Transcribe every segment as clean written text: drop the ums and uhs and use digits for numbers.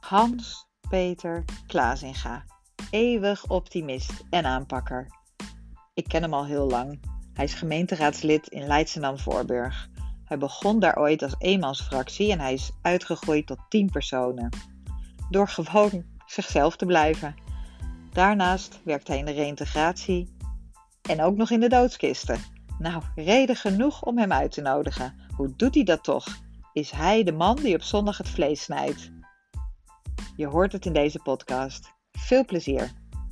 Hans-Peter Klasinga, eeuwig optimist en aanpakker. Ik ken hem al heel lang. Hij is gemeenteraadslid in Leidschendam-Voorburg. Hij begon daar ooit als eenmansfractie en hij is uitgegroeid tot 10 personen. Door gewoon zichzelf te blijven. Daarnaast werkt hij in de reïntegratie en ook nog in de doodskisten. Nou, reden genoeg om hem uit te nodigen. Hoe doet hij dat toch? Is hij de man die op zondag het vlees snijdt? Je hoort het in deze podcast. Veel plezier!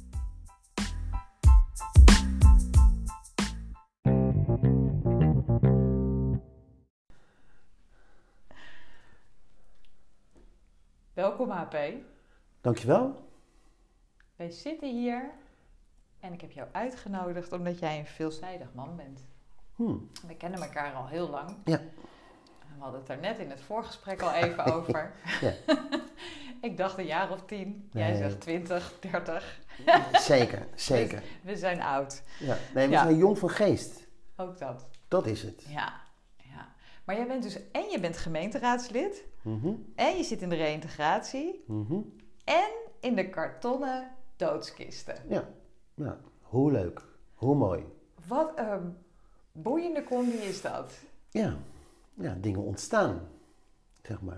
Welkom HP. Dankjewel. Wij zitten hier en ik heb jou uitgenodigd omdat jij een veelzijdig man bent. We kennen elkaar al heel lang. Ja. We hadden het er net in het voorgesprek al even over. Ja. Ik dacht een jaar of 10. Jij Nee. zegt 20, 30. Zeker. We zijn oud. Ja. Nee, we Ja. zijn jong van geest. Ook dat. Dat is het. Ja. Maar jij bent dus, en je bent gemeenteraadslid, Mhm. en je zit in de reïntegratie, Mhm. en in de kartonnen doodskisten. Ja. Hoe leuk. Hoe mooi. Wat een boeiende combi is dat. Ja, dingen ontstaan, zeg maar.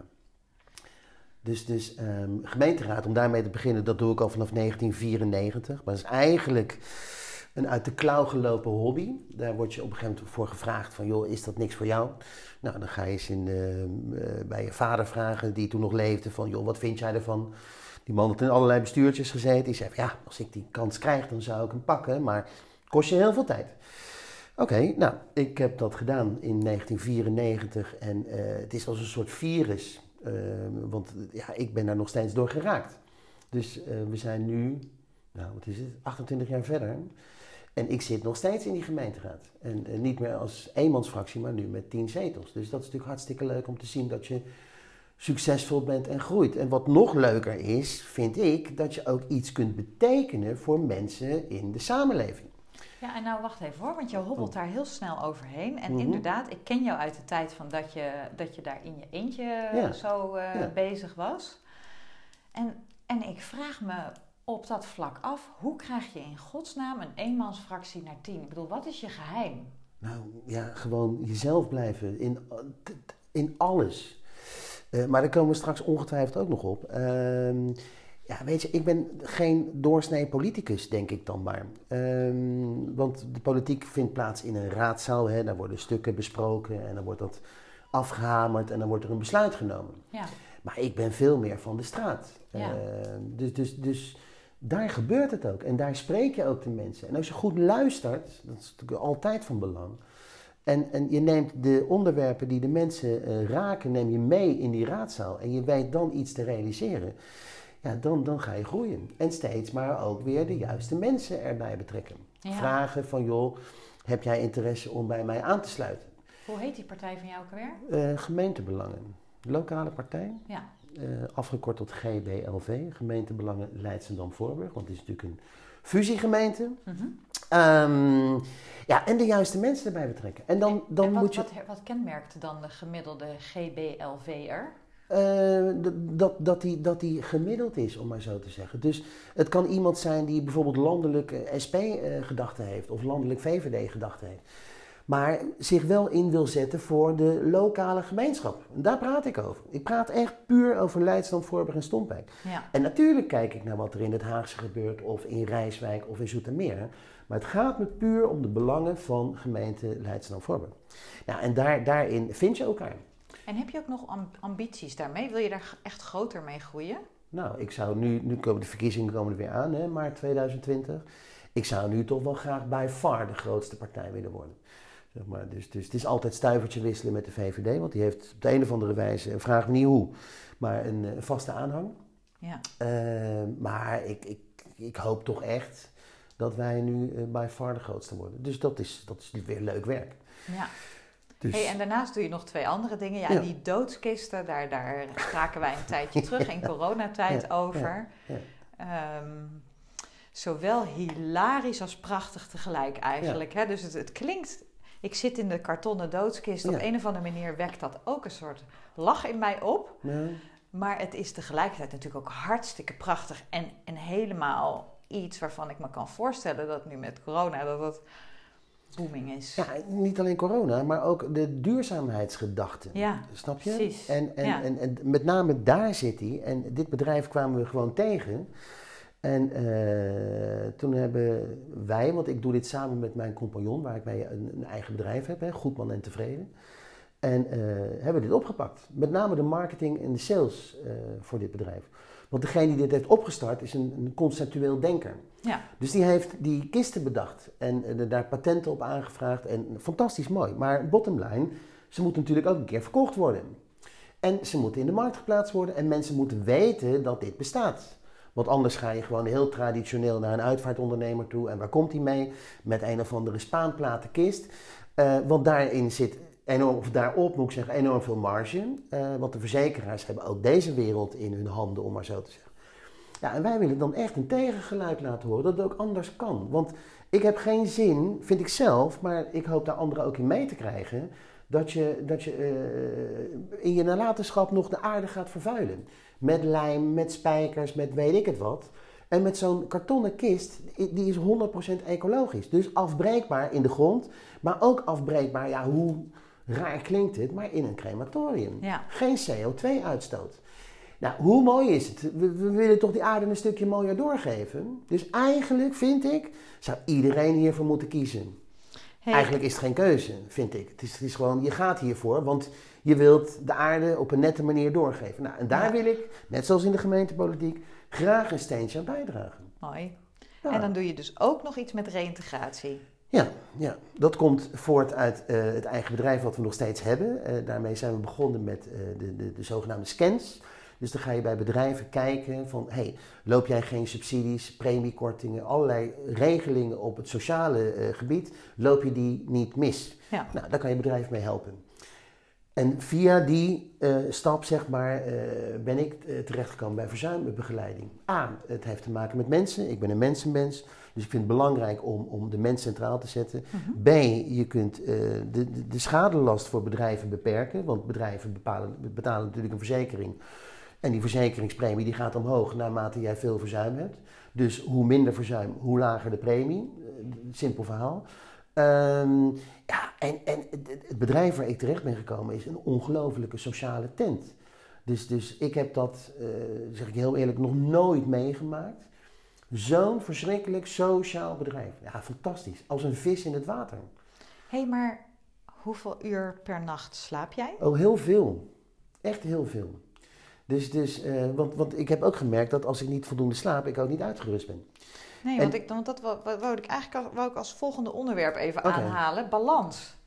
Dus gemeenteraad, om daarmee te beginnen, dat doe ik al vanaf 1994. Maar dat is eigenlijk een uit de klauw gelopen hobby. Daar word je op een gegeven moment voor gevraagd van, joh, is dat niks voor jou? Nou, dan ga je eens bij je vader vragen, die toen nog leefde, van, joh, wat vind jij ervan? Die man had in allerlei bestuurtjes gezeten. Die zei, ja, als ik die kans krijg, dan zou ik hem pakken, maar het kost je heel veel tijd. Oké, nou, ik heb dat gedaan in 1994 en het is als een soort virus. Want ja, ik ben daar nog steeds door geraakt. Dus we zijn nu, nou wat is het, 28 jaar verder. En ik zit nog steeds in die gemeenteraad. En niet meer als eenmansfractie, maar nu met 10 zetels. Dus dat is natuurlijk hartstikke leuk om te zien dat je succesvol bent en groeit. En wat nog leuker is, vind ik, dat je ook iets kunt betekenen voor mensen in de samenleving. Ja, en nou wacht even hoor, want je hobbelt daar heel snel overheen. En inderdaad, ik ken jou uit de tijd van dat je daar in je eentje bezig was. En ik vraag me op dat vlak af, hoe krijg je in godsnaam een eenmansfractie naar 10? Ik bedoel, wat is je geheim? Nou ja, gewoon jezelf blijven in alles. Maar daar komen we straks ongetwijfeld ook nog op. Ja, weet je, ik ben geen doorsnee politicus, denk ik dan maar. Want de politiek vindt plaats in een raadzaal. Hè, daar worden stukken besproken en dan wordt dat afgehamerd en dan wordt er een besluit genomen. Ja. Maar ik ben veel meer van de straat. Ja. Dus daar gebeurt het ook. En daar spreek je ook de mensen. En als je goed luistert, dat is natuurlijk altijd van belang. En je neemt de onderwerpen die de mensen raken, neem je mee in die raadzaal. En je weet dan iets te realiseren. Ja, dan ga je groeien. En steeds maar ook weer de juiste mensen erbij betrekken. Ja. Vragen van, joh, heb jij interesse om bij mij aan te sluiten? Hoe heet die partij van jou ook alweer? Gemeentebelangen. Lokale partij. Ja. Afgekort tot GBLV. Gemeentebelangen Leidschendam-Voorburg. Want het is natuurlijk een fusiegemeente. Mm-hmm. Ja, en de juiste mensen erbij betrekken. En dan moet je... Wat kenmerkt dan de gemiddelde GBLV'er? Dat die gemiddeld is, om maar zo te zeggen. Dus het kan iemand zijn die bijvoorbeeld landelijk SP-gedachten heeft of landelijk VVD-gedachten heeft. Maar zich wel in wil zetten voor de lokale gemeenschap. En daar praat ik over. Ik praat echt puur over Leidschendam, Voorburg en Stompwijk. Ja. En natuurlijk kijk ik naar wat er in het Haagse gebeurt of in Rijswijk of in Zoetermeer. Maar het gaat me puur om de belangen van gemeente Leidschendam, Voorburg. Nou, en daarin vind je elkaar. En heb je ook nog ambities daarmee? Wil je daar echt groter mee groeien? Nou, ik zou nu komen de verkiezingen er weer aan, hè, maart 2020. Ik zou nu toch wel graag by far de grootste partij willen worden. Zeg maar. Dus het is altijd stuivertje wisselen met de VVD, want die heeft op de een of andere wijze, vraag me niet hoe, maar een vaste aanhang. Ja. Maar ik hoop toch echt dat wij nu by far de grootste worden. Dus dat is weer leuk werk. Ja. Dus... Hey, en daarnaast doe je nog 2 andere dingen. Ja, die doodskisten, daar spraken wij een tijdje terug in coronatijd over. Ja. Zowel hilarisch als prachtig tegelijk eigenlijk. Ja. Hè? Dus het klinkt... Ik zit in de kartonnen doodskist. Op een of andere manier wekt dat ook een soort lach in mij op. Ja. Maar het is tegelijkertijd natuurlijk ook hartstikke prachtig. En helemaal iets waarvan ik me kan voorstellen dat nu met corona dat booming is. Ja, niet alleen corona, maar ook de duurzaamheidsgedachte. Ja, snap je? precies. En met name daar zit hij. En dit bedrijf kwamen we gewoon tegen. En toen hebben wij, want ik doe dit samen met mijn compagnon, waar ik mee een eigen bedrijf heb, Goedman en Tevreden. En hebben we dit opgepakt. Met name de marketing en de sales voor dit bedrijf. Want degene die dit heeft opgestart is een conceptueel denker. Ja. Dus die heeft die kisten bedacht en daar patenten op aangevraagd. En fantastisch mooi. Maar bottom line, ze moeten natuurlijk ook een keer verkocht worden. En ze moeten in de markt geplaatst worden en mensen moeten weten dat dit bestaat. Want anders ga je gewoon heel traditioneel naar een uitvaartondernemer toe. En waar komt hij mee? Met een of andere spaanplaten kist. Want daarin zit enorm, of daarop moet ik zeggen, enorm veel marge. Want de verzekeraars hebben ook deze wereld in hun handen, om maar zo te zeggen. Ja, en wij willen dan echt een tegengeluid laten horen, dat het ook anders kan. Want ik heb geen zin, vind ik zelf, maar ik hoop daar anderen ook in mee te krijgen, dat je in je nalatenschap nog de aarde gaat vervuilen. Met lijm, met spijkers, met weet ik het wat. En met zo'n kartonnen kist, die is 100% ecologisch. Dus afbreekbaar in de grond, maar ook afbreekbaar, ja, hoe raar klinkt het, maar in een crematorium. Ja. Geen CO2-uitstoot. Nou, hoe mooi is het? We willen toch die aarde een stukje mooier doorgeven. Dus eigenlijk, vind ik, zou iedereen hiervoor moeten kiezen. Hey. Eigenlijk is het geen keuze, vind ik. Het is gewoon, je gaat hiervoor, want je wilt de aarde op een nette manier doorgeven. Nou, en daar wil ik, net zoals in de gemeentepolitiek, graag een steentje aan bijdragen. Mooi. Ja. En dan doe je dus ook nog iets met reïntegratie. Ja, dat komt voort uit het eigen bedrijf wat we nog steeds hebben. Daarmee zijn we begonnen met de zogenaamde scans. Dus dan ga je bij bedrijven kijken van, loop jij geen subsidies, premiekortingen, allerlei regelingen op het sociale gebied, loop je die niet mis? Ja. Nou, daar kan je bedrijf mee helpen. En via die stap, zeg maar, ben ik terechtgekomen bij verzuimbegeleiding. Het heeft te maken met mensen. Ik ben een mensenmens. Dus ik vind het belangrijk om de mens centraal te zetten. Mm-hmm. B, je kunt de schadelast voor bedrijven beperken. Want bedrijven betalen natuurlijk een verzekering. En die verzekeringspremie die gaat omhoog naarmate jij veel verzuim hebt. Dus hoe minder verzuim, hoe lager de premie. Simpel verhaal. En het bedrijf waar ik terecht ben gekomen is een ongelofelijke sociale tent. Dus ik heb dat, zeg ik heel eerlijk, nog nooit meegemaakt. Zo'n verschrikkelijk sociaal bedrijf. Ja, fantastisch. Als een vis in het water. Maar hoeveel uur per nacht slaap jij? Oh, heel veel. Echt heel veel. Want ik heb ook gemerkt dat als ik niet voldoende slaap, ik ook niet uitgerust ben. Nee, want dat wou ik eigenlijk als volgende onderwerp even aanhalen. Balans.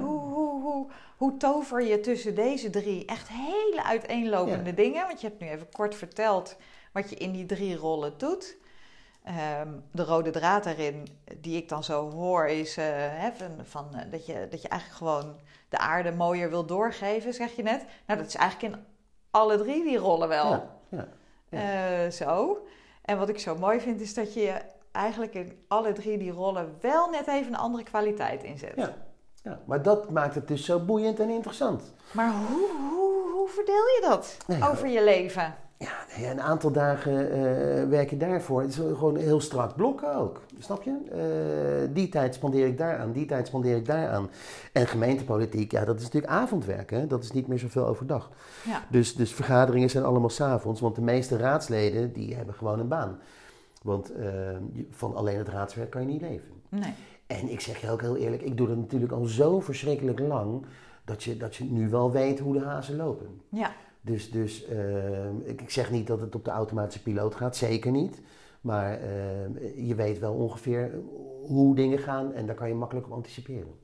Hoe tover je tussen deze drie echt hele uiteenlopende dingen? Want je hebt nu even kort verteld wat je in die 3 rollen doet. De rode draad daarin, die ik dan zo hoor, is dat je eigenlijk gewoon de aarde mooier wil doorgeven, zeg je net. Nou, dat is eigenlijk in alle 3 die rollen wel. Ja. Zo. En wat ik zo mooi vind, is dat je eigenlijk in alle 3 die rollen wel net even een andere kwaliteit inzet. Ja, maar dat maakt het dus zo boeiend en interessant. Maar hoe verdeel je dat over je leven? Ja, een aantal dagen werk je daarvoor. Het is gewoon heel strak blokken ook. Snap je? Die tijd spandeer ik daaraan, die tijd spandeer ik daaraan. En gemeentepolitiek, dat is natuurlijk avondwerk. Hè? Dat is niet meer zoveel overdag. Ja. Dus vergaderingen zijn allemaal 's avonds. Want de meeste raadsleden, die hebben gewoon een baan. Want van alleen het raadswerk kan je niet leven. Nee. En ik zeg je ook heel eerlijk, ik doe dat natuurlijk al zo verschrikkelijk lang, dat je nu wel weet hoe de hazen lopen. Ja. Dus ik zeg niet dat het op de automatische piloot gaat, zeker niet. Maar je weet wel ongeveer hoe dingen gaan en daar kan je makkelijk op anticiperen.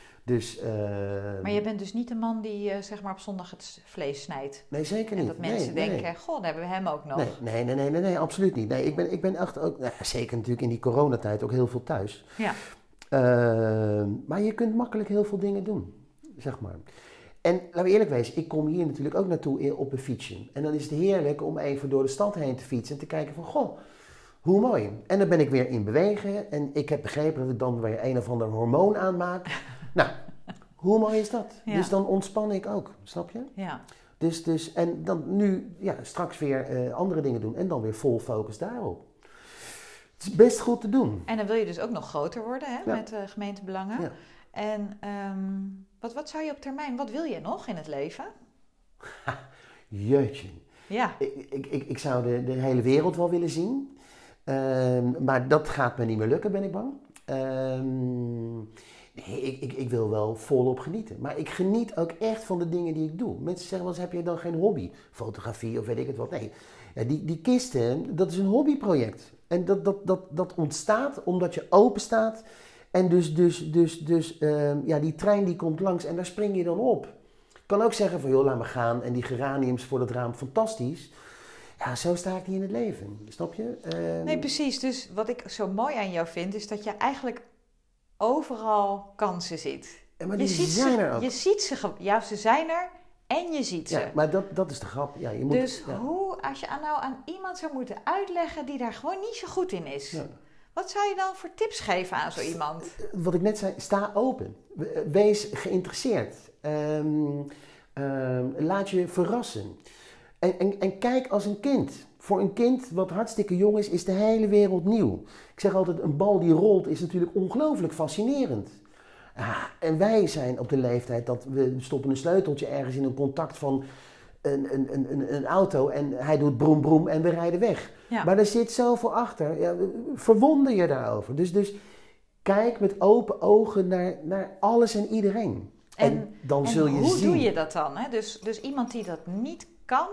Maar je bent dus niet de man die zeg maar op zondag het vlees snijdt? Nee, zeker niet. En dat mensen denken, goh, dan hebben we hem ook nog. Nee, absoluut niet. Nee, ik ben echt ook, zeker natuurlijk in die coronatijd ook heel veel thuis. Ja. Maar je kunt makkelijk heel veel dingen doen, zeg maar. En laten we eerlijk wezen, ik kom hier natuurlijk ook naartoe op een fietsje. En dan is het heerlijk om even door de stad heen te fietsen en te kijken van, goh, hoe mooi. En dan ben ik weer in bewegen en ik heb begrepen dat ik dan weer een of ander hormoon aanmaak. Nou, hoe mooi is dat? Ja. Dus dan ontspan ik ook, snap je? Ja. En dan nu straks weer andere dingen doen en dan weer vol focus daarop. Het is best goed te doen. En dan wil je dus ook nog groter worden, hè, met gemeentebelangen. Ja. En wat zou je op termijn, wat wil je nog in het leven? Jeetje. Ja. Ik zou de hele wereld wel willen zien. Maar dat gaat me niet meer lukken, ben ik bang. Nee, ik wil wel volop genieten. Maar ik geniet ook echt van de dingen die ik doe. Mensen zeggen wel eens, heb je dan geen hobby? Fotografie of weet ik het wat. Nee, die kisten, dat is een hobbyproject. En dat ontstaat omdat je open staat. En dus die trein die komt langs en daar spring je dan op. Ik kan ook zeggen van, joh, laat me gaan. En die geraniums voor het raam, fantastisch. Ja, zo sta ik niet in het leven. Snap je? Nee, precies. Dus wat ik zo mooi aan jou vind, is dat je eigenlijk overal kansen ziet. Maar die zijn er ook. Je ziet ze, ze zijn er en je ziet ze. Ja, maar dat is de grap. Ja, je moet, dus als je nou aan iemand zou moeten uitleggen die daar gewoon niet zo goed in is... Ja. Wat zou je dan voor tips geven aan zo iemand? Wat ik net zei, sta open. Wees geïnteresseerd. Laat je verrassen. En kijk als een kind. Voor een kind wat hartstikke jong is de hele wereld nieuw. Ik zeg altijd, een bal die rolt is natuurlijk ongelooflijk fascinerend. En wij zijn op de leeftijd dat we stoppen een sleuteltje ergens in een contact van een auto en hij doet broem broem en we rijden weg. Ja. Maar er zit zoveel achter. Ja, verwonder je daarover. Dus kijk met open ogen naar alles en iedereen. En dan zul je hoe zien. Hoe doe je dat dan? Hè? Dus iemand die dat niet kan,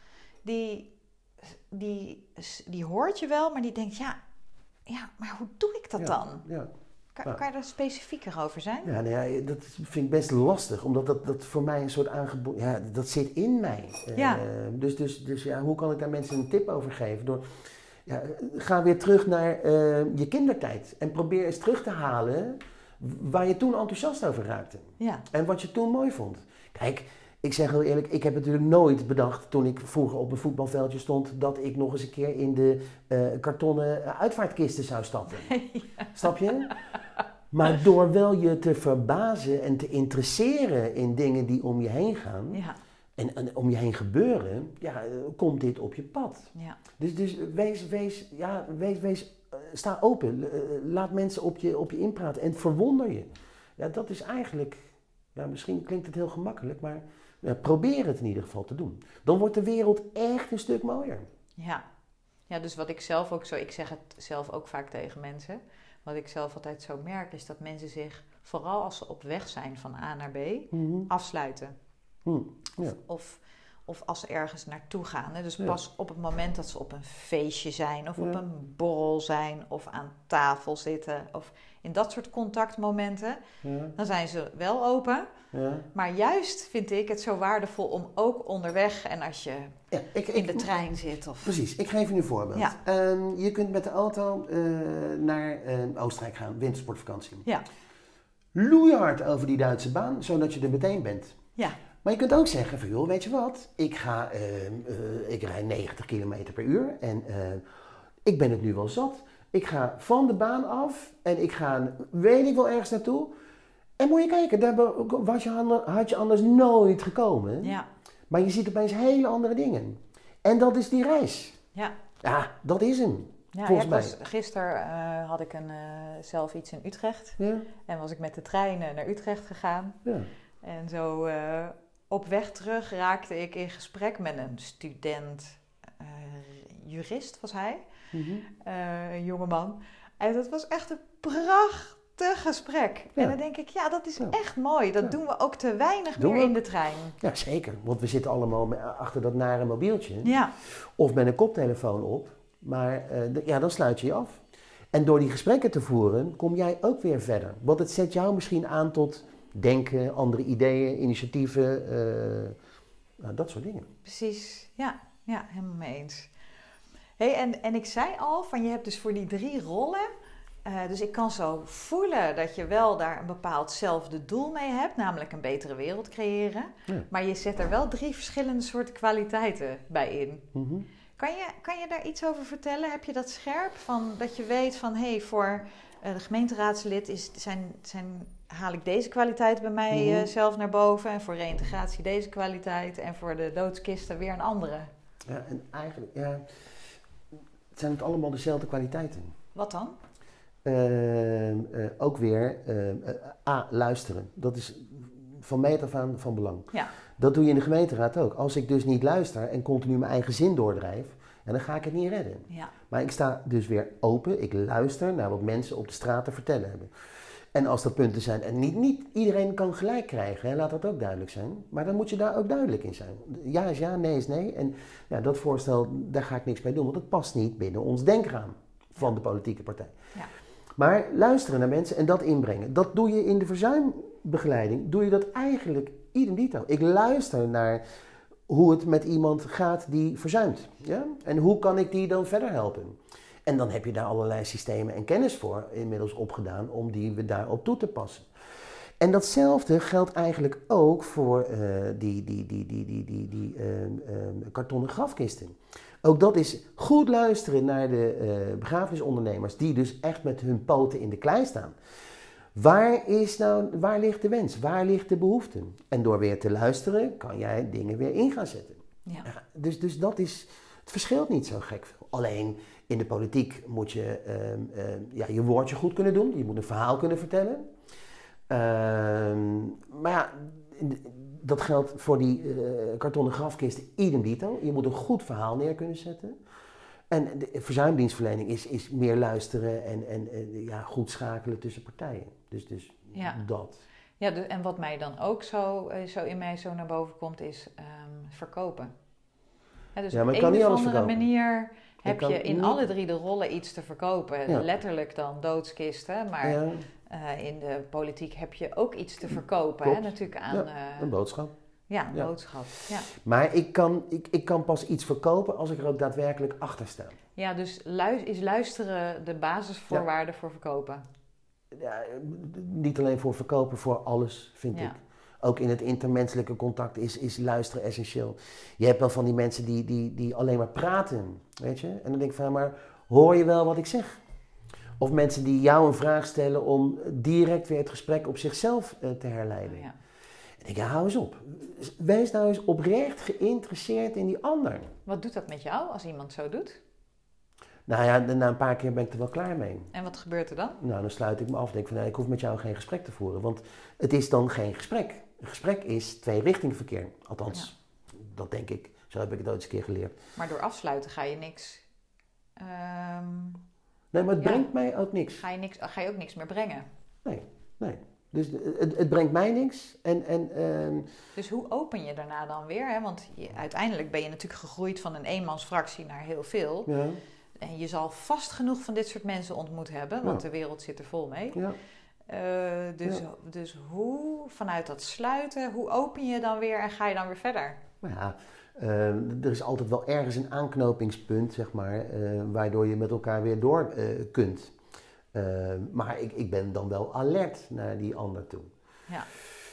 die hoort je wel, maar die denkt, maar hoe doe ik dat dan? Ja. Kan je daar specifieker over zijn? Ja, dat vind ik best lastig, omdat dat voor mij een soort aangebod... Ja, dat zit in mij. Dus hoe kan ik daar mensen een tip over geven? Ga weer terug naar je kindertijd en probeer eens terug te halen waar je toen enthousiast over raakte. Ja. En wat je toen mooi vond. Kijk, ik zeg heel eerlijk, ik heb natuurlijk nooit bedacht toen ik vroeger op een voetbalveldje stond dat ik nog eens een keer in de kartonnen uitvaartkisten zou stappen. Ja. Snap je? Maar door wel je te verbazen en te interesseren in dingen die om je heen gaan en om je heen gebeuren, komt dit op je pad. Ja. Dus wees sta open. Laat mensen op je inpraten en verwonder je. Ja, dat is eigenlijk, misschien klinkt het heel gemakkelijk, maar probeer het in ieder geval te doen. Dan wordt de wereld echt een stuk mooier. Ja, dus wat ik zelf ook ik zeg het zelf ook vaak tegen mensen. Wat ik zelf altijd zo merk is dat mensen zich, vooral als ze op weg zijn van A naar B, afsluiten. Ja. Of als ze ergens naartoe gaan. Hè? Dus pas op het moment dat ze op een feestje zijn of op een borrel zijn of aan tafel zitten of in dat soort contactmomenten, dan zijn ze wel open. Ja. Maar juist vind ik het zo waardevol om ook onderweg en als je in de trein zit. Precies, ik geef je een voorbeeld. Ja. Je kunt met de auto naar Oostenrijk gaan, wintersportvakantie. Ja. Loeihard over die Duitse baan, zodat je er meteen bent. Ja. Maar je kunt ook zeggen van, joh, weet je wat? Ik rijd 90 km per uur en ik ben het nu wel zat. Ik ga van de baan af en ik ga, weet ik wel, ergens naartoe. En moet je kijken, daar had je anders nooit gekomen. Ja. Maar je ziet opeens hele andere dingen. En dat is die reis. Ja. Ja, dat is hem. Ja, volgens mij. Gisteren had ik zelf iets in Utrecht. Ja. En was ik met de trein naar Utrecht gegaan. Ja. En zo op weg terug raakte ik in gesprek met een student, jurist was hij. Een jongeman. En dat was echt een prachtig gesprek. Ja. En dan denk ik, dat is echt mooi. Dat doen we ook te weinig meer in de trein. Ja, zeker. Want we zitten allemaal achter dat nare mobieltje. Ja. Of met een koptelefoon op. Maar dan sluit je je af. En door die gesprekken te voeren, kom jij ook weer verder. Want het zet jou misschien aan tot denken, andere ideeën, initiatieven. Dat soort dingen. Precies. Ja, helemaal mee eens. Hey, en ik zei al, je hebt dus voor die 3 rollen. Dus ik kan zo voelen dat je wel daar een bepaaldzelfde doel mee hebt. Namelijk een betere wereld creëren. Ja. Maar je zet er wel 3 verschillende soorten kwaliteiten bij in. Mm-hmm. Kan je daar iets over vertellen? Heb je dat scherp? Dat je weet van, voor de gemeenteraadslid haal ik deze kwaliteit bij mij zelf naar boven. En voor reïntegratie deze kwaliteit. En voor de doodskisten weer een andere. Ja, en eigenlijk, zijn het allemaal dezelfde kwaliteiten. Wat dan? Ook weer luisteren. Dat is van meet af aan van belang. Ja. Dat doe je in de gemeenteraad ook. Als ik dus niet luister en continu mijn eigen zin doordrijf, dan ga ik het niet redden. Ja. Maar ik sta dus weer open. Ik luister naar wat mensen op de straat te vertellen hebben. En als er punten zijn, en niet iedereen kan gelijk krijgen, hè, laat dat ook duidelijk zijn. Maar dan moet je daar ook duidelijk in zijn. Ja is ja, nee is nee. En ja, dat voorstel, daar ga ik niks mee doen, want het past niet binnen ons denkraam van de politieke partij. Ja. Maar luisteren naar mensen en dat inbrengen, dat doe je in de verzuimbegeleiding, doe je dat eigenlijk idem dito. Ik luister naar hoe het met iemand gaat die verzuimt. Ja? En hoe kan ik die dan verder helpen? En dan heb je daar allerlei systemen en kennis voor inmiddels opgedaan om die daarop toe te passen. En datzelfde geldt eigenlijk ook voor die kartonnen grafkisten. Ook dat is goed luisteren naar de begrafenisondernemers die dus echt met hun poten in de klei staan. Waar ligt de wens? Waar ligt de behoefte? En door weer te luisteren kan jij dingen weer in gaan zetten. Ja. Dus dat is, het verschilt niet zo gek veel. Alleen in de politiek moet je je woordje goed kunnen doen. Je moet een verhaal kunnen vertellen. Maar ja, dat geldt voor die kartonnen grafkisten idem dito. Je moet een goed verhaal neer kunnen zetten. En de verzuimdienstverlening is meer luisteren en goed schakelen tussen partijen. Dus dat. Ja, en wat mij dan ook zo in mij zo naar boven komt is verkopen. Ja, dus op een of andere manier heb je in alle drie de rollen iets te verkopen. Ja. Letterlijk dan doodskisten, maar in de politiek heb je ook iets te verkopen. Hè? Natuurlijk aan... een boodschap. Ja, een boodschap. Ja. Maar ik kan pas iets verkopen als ik er ook daadwerkelijk achter sta. Ja, dus is luisteren de basisvoorwaarde voor verkopen? Ja, niet alleen voor verkopen, voor alles vind ik. Ook in het intermenselijke contact is luisteren essentieel. Je hebt wel van die mensen die alleen maar praten, weet je. En dan denk ik van, maar hoor je wel wat ik zeg? Of mensen die jou een vraag stellen om direct weer het gesprek op zichzelf te herleiden. Ja. En ik denk, hou eens op. Wees nou eens oprecht geïnteresseerd in die ander. Wat doet dat met jou als iemand zo doet? Nou ja, na een paar keer ben ik er wel klaar mee. En wat gebeurt er dan? Nou, dan sluit ik me af. Denk van, ik hoef met jou geen gesprek te voeren. Want het is dan geen gesprek. Een gesprek is tweerichtingverkeer. Althans, dat denk ik. Zo heb ik het ooit eens een keer geleerd. Maar door afsluiten ga je niks... Nee, maar het brengt mij ook niks. Ga je ook niks meer brengen? Nee. Dus het brengt mij niks. Dus hoe open je daarna dan weer? Hè? Want uiteindelijk ben je natuurlijk gegroeid van een eenmansfractie naar heel veel. Ja. En je zal vast genoeg van dit soort mensen ontmoet hebben, want de wereld zit er vol mee. Ja. Dus hoe, vanuit dat sluiten, hoe open je dan weer en ga je dan weer verder? Nou ja, er is altijd wel ergens een aanknopingspunt, zeg maar, waardoor je met elkaar weer door kunt. Maar ik ben dan wel alert naar die ander toe. Ja.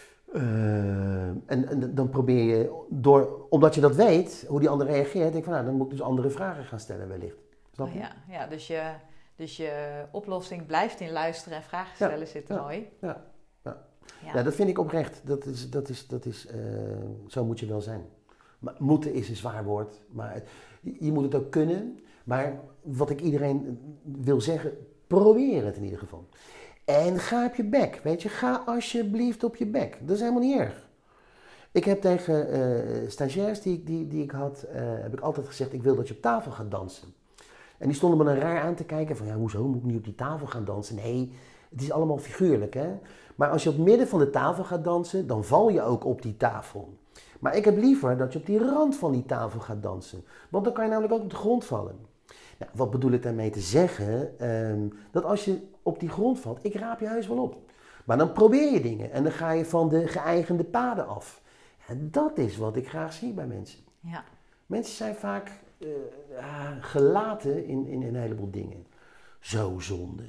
En dan probeer je, omdat je dat weet, hoe die ander reageert, denk ik van, dan moet ik dus andere vragen gaan stellen wellicht. Snap je? Ja, dus je oplossing blijft in luisteren en vragen stellen zit mooi. Ja, dat vind ik oprecht. Dat is zo moet je wel zijn. Maar moeten is een zwaar woord. Maar je moet het ook kunnen. Maar wat ik iedereen wil zeggen, probeer het in ieder geval. En ga op je bek, weet je. Ga alsjeblieft op je bek. Dat is helemaal niet erg. Ik heb tegen stagiairs die ik had, heb ik altijd gezegd, ik wil dat je op tafel gaat dansen. En die stonden me dan raar aan te kijken van, ja, hoezo moet ik nu op die tafel gaan dansen? Nee, het is allemaal figuurlijk, hè. Maar als je op het midden van de tafel gaat dansen, dan val je ook op die tafel. Maar ik heb liever dat je op die rand van die tafel gaat dansen. Want dan kan je namelijk ook op de grond vallen. Nou, wat bedoel ik daarmee te zeggen? Dat als je op die grond valt, ik raap je heus wel op. Maar dan probeer je dingen en dan ga je van de geëigende paden af. En dat is wat ik graag zie bij mensen. Ja. Mensen zijn vaak gelaten in een heleboel dingen. Zo zonde.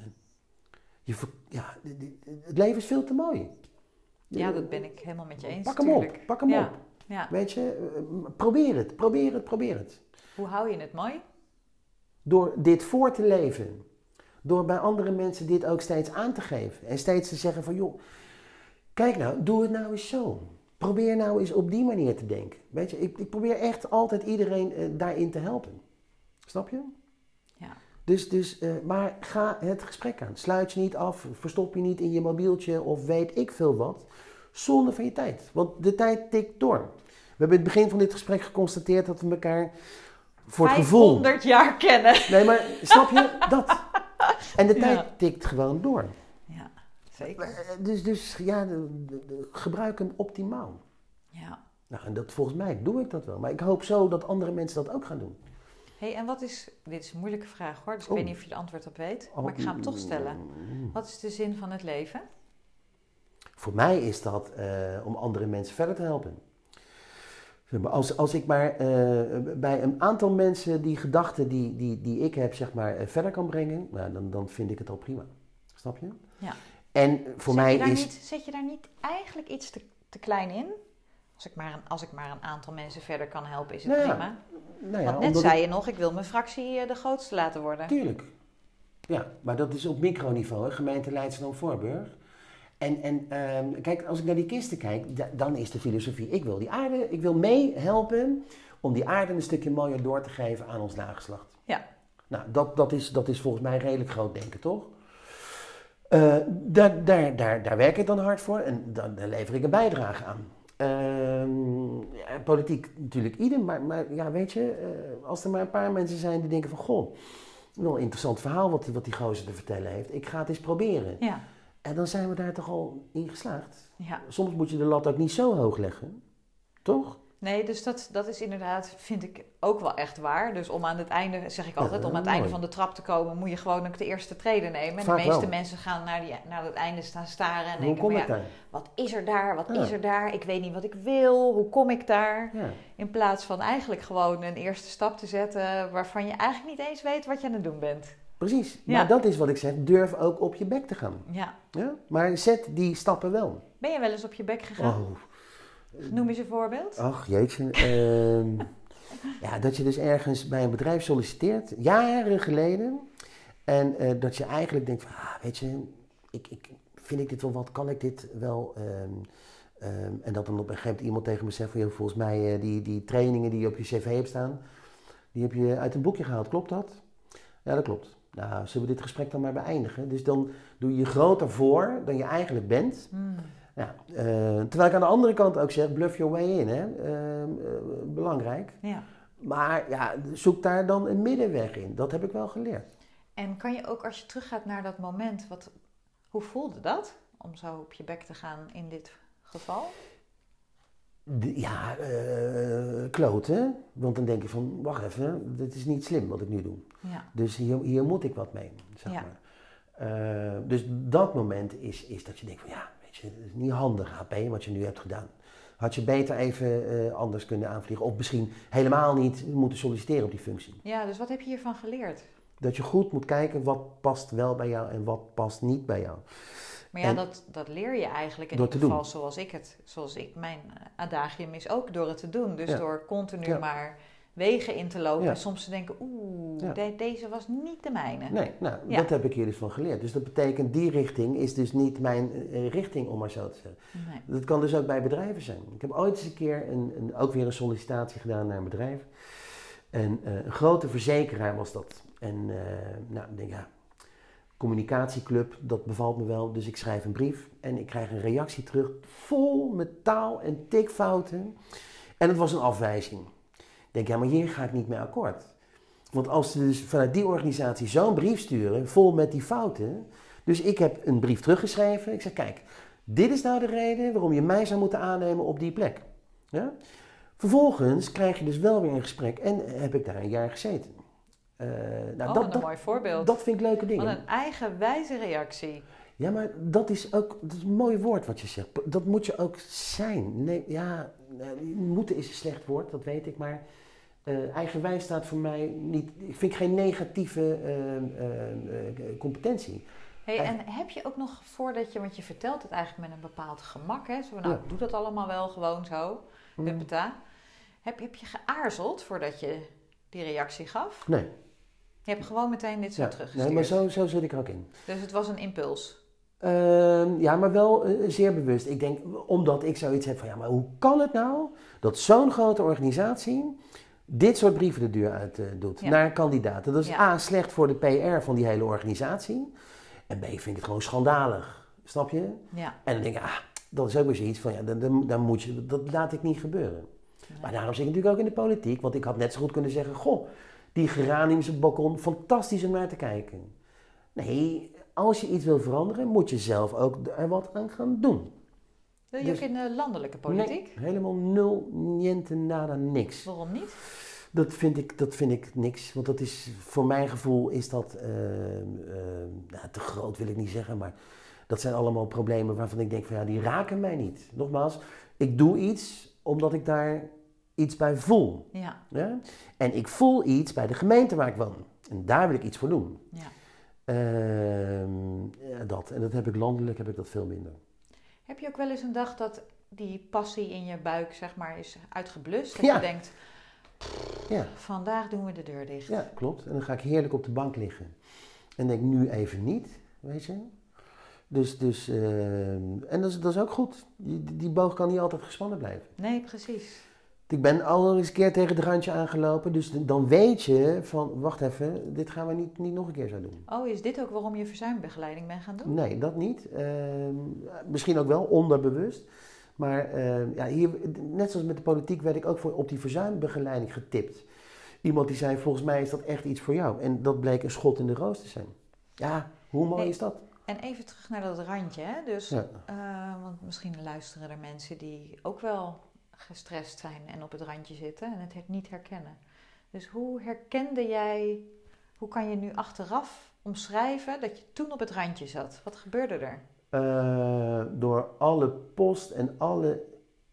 Het leven is veel te mooi. Ja, dat ben ik helemaal met je eens. Pak hem op. Ja. Weet je, probeer het. Hoe hou je het mooi? Door dit voor te leven. Door bij andere mensen dit ook steeds aan te geven. En steeds te zeggen van, joh, Kijk nou, doe het nou eens zo. Probeer nou eens op die manier te denken. Weet je, ik probeer echt altijd iedereen daarin te helpen. Snap je? Ja. Maar ga het gesprek aan. Sluit je niet af, verstop je niet in je mobieltje of weet ik veel wat. Zonde van je tijd. Want de tijd tikt door. We hebben in het begin van dit gesprek geconstateerd dat we elkaar voor het gevoel... 500 jaar kennen. Nee, maar snap je? Dat. En de tijd tikt gewoon door. Ja, zeker. Dus gebruik hem optimaal. Ja. Nou, en volgens mij doe ik dat wel. Maar ik hoop zo dat andere mensen dat ook gaan doen. Hey, en dit is een moeilijke vraag hoor, dus ik weet niet of je er antwoord op weet, maar ik ga hem toch stellen. Wat is de zin van het leven? Voor mij is dat om andere mensen verder te helpen. Als ik maar bij een aantal mensen die gedachten die ik heb, zeg maar, verder kan brengen, nou, dan vind ik het al prima. Snap je? Ja. En voor mij is... Zet je daar niet eigenlijk iets te klein in? Als ik maar een aantal mensen verder kan helpen, is het prima. Nou ja, want net zei je nog, ik wil mijn fractie de grootste laten worden. Tuurlijk. Ja, maar dat is op microniveau, hè? Gemeente Leidschendam-Voorburg. En kijk, als ik naar die kisten kijk, dan is de filosofie, ik wil meehelpen om die aarde een stukje mooier door te geven aan ons nageslacht. Ja. Nou, dat is volgens mij redelijk groot denken, toch? Daar werk ik dan hard voor en daar lever ik een bijdrage aan. Politiek natuurlijk idem, maar ja, weet je, als er maar een paar mensen zijn die denken van, goh, wel een interessant verhaal wat die gozer te vertellen heeft, ik ga het eens proberen. Ja. En dan zijn we daar toch al in geslaagd. Ja. Soms moet je de lat ook niet zo hoog leggen, toch? Nee, dus dat is inderdaad, vind ik ook wel echt waar. Dus om aan het einde, zeg ik altijd, om aan het einde van de trap te komen, moet je gewoon ook de eerste trede nemen. En Vaak de meeste wel. mensen gaan naar het einde staan staren en Hoe denken, kom maar ik daar? wat is er daar? Wat is er daar? Ik weet niet wat ik wil. Hoe kom ik daar? Ja. In plaats van eigenlijk gewoon een eerste stap te zetten waarvan je eigenlijk niet eens weet wat je aan het doen bent. Precies, Ja. maar dat is wat ik zeg, durf ook op je bek te gaan. Ja. Ja? Maar zet die stappen wel. Ben je wel eens op je bek gegaan? Oh. Noem eens een voorbeeld. Ach, jeetje. Ja, dat je dus ergens bij een bedrijf solliciteert, jaren geleden. En dat je eigenlijk denkt van, weet je, vind ik dit wel wat, kan ik dit wel? En dat dan op een gegeven moment iemand tegen me zegt van, joh, volgens mij die trainingen die je op je cv hebt staan, die heb je uit een boekje gehaald, klopt dat? Ja, dat klopt. Nou, zullen we dit gesprek dan maar beëindigen? Dus dan doe je je groter voor dan je eigenlijk bent. Ja, terwijl ik aan de andere kant ook zeg, bluff your way in, hè? Belangrijk. Ja. Maar ja, zoek daar dan een middenweg in. Dat heb ik wel geleerd. En kan je ook, als je teruggaat naar dat moment, hoe voelde dat? Om zo op je bek te gaan in dit geval? Kloten. Want dan denk je van, wacht even, dit is niet slim wat ik nu doe. Ja. Dus hier moet ik wat mee, zeg maar. Dus dat moment is dat je denkt van, ja, weet je, het is niet handig, HP, wat je nu hebt gedaan. Had je beter even anders kunnen aanvliegen. Of misschien helemaal niet moeten solliciteren op die functie. Ja, dus wat heb je hiervan geleerd? Dat je goed moet kijken wat past wel bij jou en wat past niet bij jou. Maar ja, dat leer je eigenlijk in ieder geval zoals ik mijn adagium is ook door het te doen. Dus door continu maar wegen in te lopen en soms te denken, deze was niet de mijne. Nee, dat heb ik hier dus van geleerd. Dus dat betekent, die richting is dus niet mijn richting, om maar zo te zeggen. Nee. Dat kan dus ook bij bedrijven zijn. Ik heb ooit eens een keer ook weer een sollicitatie gedaan naar een bedrijf. En een grote verzekeraar was dat. En ik denk, communicatieclub, dat bevalt me wel. Dus ik schrijf een brief en ik krijg een reactie terug vol met taal- en tikfouten. En het was een afwijzing. Ik denk, maar hier ga ik niet mee akkoord. Want als ze dus vanuit die organisatie zo'n brief sturen, vol met die fouten. Dus ik heb een brief teruggeschreven. Ik zeg, kijk, dit is nou de reden waarom je mij zou moeten aannemen op die plek. Ja? Vervolgens krijg je dus wel weer een gesprek en heb ik daar een jaar gezeten. Wat een mooi voorbeeld. Dat vind ik leuke dingen. Wat een eigenwijze reactie. Ja, maar dat is een mooi woord wat je zegt. Dat moet je ook zijn. Nee, moeten is een slecht woord, dat weet ik, maar eigenwijs staat voor mij niet. Ik vind geen negatieve competentie. Hey, en heb je ook nog voordat je, want je vertelt het eigenlijk met een bepaald gemak, hè? Zo, ik doe dat allemaal wel gewoon zo. Huppeta. Heb je geaarzeld voordat je die reactie gaf? Nee. Je hebt gewoon meteen dit zo teruggestuurd. Nee, maar zo zit ik er ook in. Dus het was een impuls? Ja, maar wel zeer bewust. Ik denk, omdat ik zoiets heb van, ja, maar hoe kan het nou dat zo'n grote organisatie dit soort brieven de deur uit doet naar kandidaten? Dat is A, slecht voor de PR van die hele organisatie. En B, vind ik het gewoon schandalig. Snap je? Ja. En dan denk ik, dat is ook weer zoiets van, ja, dan moet je, dat laat ik niet gebeuren. Nee. Maar daarom zit ik natuurlijk ook in de politiek, want ik had net zo goed kunnen zeggen, goh, die geraniumse balkon, fantastisch om naar te kijken. Nee, als je iets wil veranderen, moet je zelf ook er wat aan gaan doen. Wil je ook in de landelijke politiek? Nee, helemaal nul, niente, nada, niks. Waarom niet? Dat vind ik niks. Want dat is, voor mijn gevoel is dat, te groot wil ik niet zeggen, maar dat zijn allemaal problemen waarvan ik denk van ja, die raken mij niet. Nogmaals, ik doe iets omdat ik daar iets bij voel. Ja. Ja? En ik voel iets bij de gemeente waar ik woon. En daar wil ik iets voor doen. Ja. Dat. En dat heb ik landelijk, heb ik dat veel minder. Heb je ook wel eens een dag dat die passie in je buik, zeg maar, is uitgeblust? Dat je denkt, vandaag doen we de deur dicht. Ja, klopt. En dan ga ik heerlijk op de bank liggen. En denk nu even niet, weet je. En dat is ook goed. Die boog kan niet altijd gespannen blijven. Nee, precies. Ik ben al eens een keer tegen het randje aangelopen. Dus dan weet je van, wacht even, dit gaan we niet nog een keer zo doen. Oh, is dit ook waarom je verzuimbegeleiding bent gaan doen? Nee, dat niet. Misschien ook wel onderbewust. Maar hier, net zoals met de politiek werd ik ook op die verzuimbegeleiding getipt. Iemand die zei, volgens mij is dat echt iets voor jou. En dat bleek een schot in de roos te zijn. Ja, hoe mooi is dat? En even terug naar dat randje. Hè? Dus, want misschien luisteren er mensen die ook wel gestrest zijn en op het randje zitten en het niet herkennen. Dus hoe herkende jij, hoe kan je nu achteraf omschrijven dat je toen op het randje zat? Wat gebeurde er? Door alle post en alle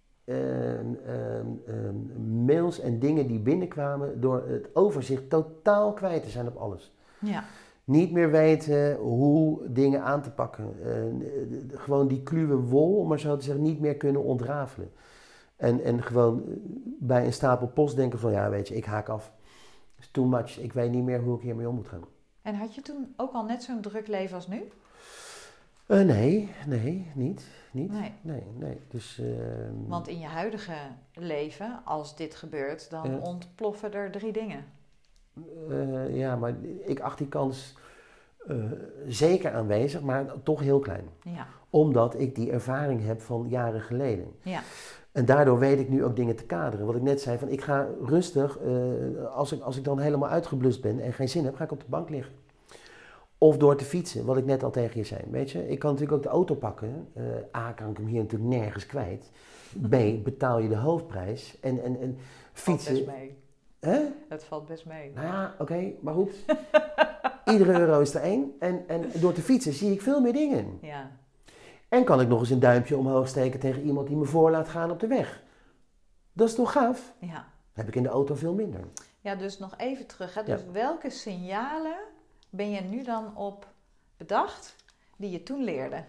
mails en dingen die binnenkwamen, door het overzicht totaal kwijt te zijn op alles. Ja. Niet meer weten hoe dingen aan te pakken. Gewoon die kluwe wol, om maar zo te zeggen, niet meer kunnen ontrafelen. En gewoon bij een stapel post denken van, ja, weet je, ik haak af. Het is too much. Ik weet niet meer hoe ik hiermee om moet gaan. En had je toen ook al net zo'n druk leven als nu? Nee, niet. Nee. Dus, Want in je huidige leven, als dit gebeurt, dan ontploffen er 3 dingen. Ja, maar ik acht die kans zeker aanwezig, maar toch heel klein. Ja. Omdat ik die ervaring heb van jaren geleden. Ja. En daardoor weet ik nu ook dingen te kaderen. Wat ik net zei, van ik ga rustig, als ik dan helemaal uitgeblust ben en geen zin heb, ga ik op de bank liggen. Of door te fietsen, wat ik net al tegen je zei. Weet je, ik kan natuurlijk ook de auto pakken. A, kan ik hem hier natuurlijk nergens kwijt. B, betaal je de hoofdprijs. En fietsen. Valt best mee. Hè? Het valt best mee. Nou ja, oké, maar goed. Iedere euro is er 1. En door te fietsen zie ik veel meer dingen. Ja. En kan ik nog eens een duimpje omhoog steken tegen iemand die me voor laat gaan op de weg. Dat is toch gaaf? Ja. Heb ik in de auto veel minder. Ja, dus nog even terug. Hè? Dus welke signalen ben je nu dan op bedacht die je toen leerde?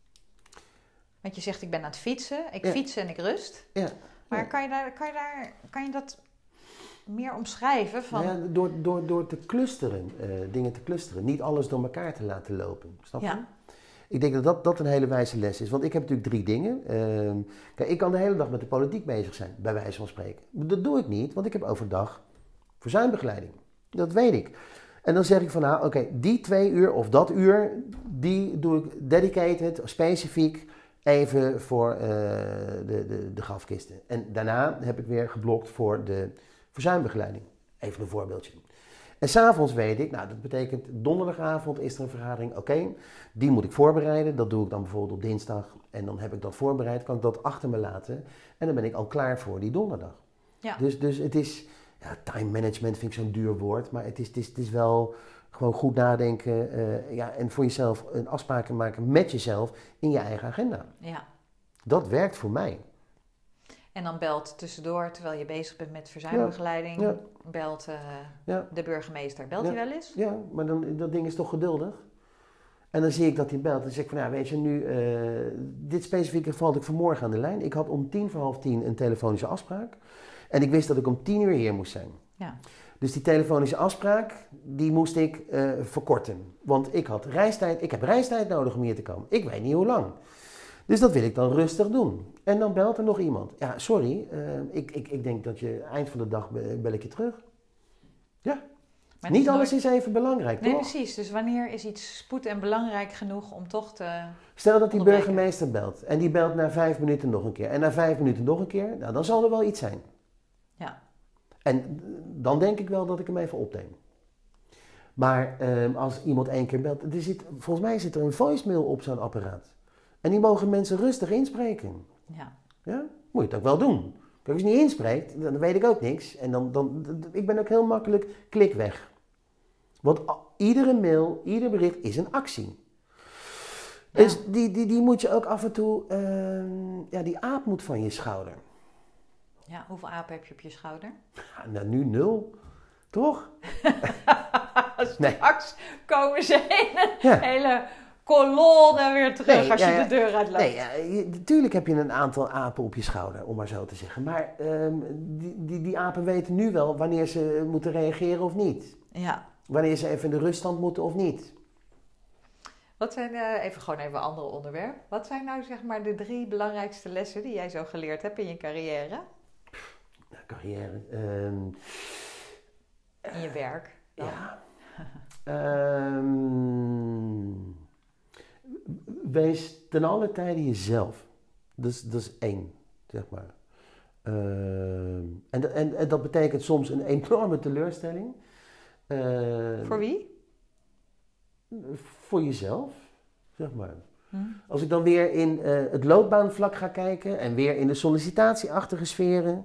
Want je zegt, ik ben aan het fietsen. Ik fiets en ik rust. Ja. Maar kan je dat meer omschrijven? Van... Ja, door te clusteren, dingen te clusteren. Niet alles door elkaar te laten lopen. Snap je? Ja. Ik denk dat een hele wijze les is. Want ik heb natuurlijk 3 dingen. Kijk, ik kan de hele dag met de politiek bezig zijn, bij wijze van spreken. Dat doe ik niet, want ik heb overdag verzuimbegeleiding. Dat weet ik. En dan zeg ik van, nou, oké, die 2 uur of dat uur, die doe ik dedicated, specifiek, even voor de grafkisten. En daarna heb ik weer geblokt voor de verzuimbegeleiding. Even een voorbeeldje. En 's avonds weet ik, nou, dat betekent donderdagavond is er een vergadering. Oké, die moet ik voorbereiden. Dat doe ik dan bijvoorbeeld op dinsdag. En dan heb ik dat voorbereid, kan ik dat achter me laten. En dan ben ik al klaar voor die donderdag. Ja. Dus het is, ja, time management vind ik zo'n duur woord. Maar het is wel gewoon goed nadenken. En voor jezelf een afspraken maken met jezelf in je eigen agenda. Ja. Dat werkt voor mij. En dan belt tussendoor, terwijl je bezig bent met verzuimbegeleiding, belt de burgemeester. Belt hij wel eens? Ja, maar dat ding is toch geduldig. En dan zie ik dat hij belt. Dan zeg ik van, weet je, nu, dit specifieke geval had ik vanmorgen aan de lijn. Ik had om 10:45 een telefonische afspraak. En ik wist dat ik om 10:00 hier moest zijn. Ja. Dus die telefonische afspraak, die moest ik verkorten. Want ik heb reistijd nodig om hier te komen. Ik weet niet hoe lang. Dus dat wil ik dan rustig doen. En dan belt er nog iemand. Ja, sorry, ik denk dat je eind van de dag bel ik je terug. Ja. Maar niet alles is even belangrijk, nee, toch? Precies. Dus wanneer is iets spoed en belangrijk genoeg om toch te Stel dat die burgemeester belt. En die belt na 5 minuten nog een keer. En na 5 minuten nog een keer. Nou, dan zal er wel iets zijn. Ja. En dan denk ik wel dat ik hem even opneem. Maar als iemand 1 keer belt... volgens mij zit er een voicemail op zo'n apparaat. En die mogen mensen rustig inspreken. Ja. Ja? Moet je het ook wel doen. Kijk, als je niet inspreekt, dan weet ik ook niks. En ik ben ook heel makkelijk klik weg. Want iedere mail, ieder bericht is een actie. Ja. Dus die moet je ook af en toe... die aap moet van je schouder. Ja, hoeveel apen heb je op je schouder? Ja, nou, nu 0. Toch? Straks komen ze in een hele kolonne weer terug als je de deur uitloopt. Nee, natuurlijk heb je een aantal apen op je schouder, om maar zo te zeggen. Maar die apen weten nu wel wanneer ze moeten reageren of niet. Ja. Wanneer ze even in de ruststand moeten of niet. Wat zijn, even een ander onderwerp. Wat zijn nou zeg maar de 3 belangrijkste lessen die jij zo geleerd hebt in je carrière? Carrière? In je werk? Dan? Ja. Wees ten alle tijde jezelf. Dat is 1, zeg maar. En dat betekent soms een enorme teleurstelling. Voor wie? Voor jezelf, zeg maar. Als ik dan weer in het loopbaanvlak ga kijken en weer in de sollicitatieachtige sferen,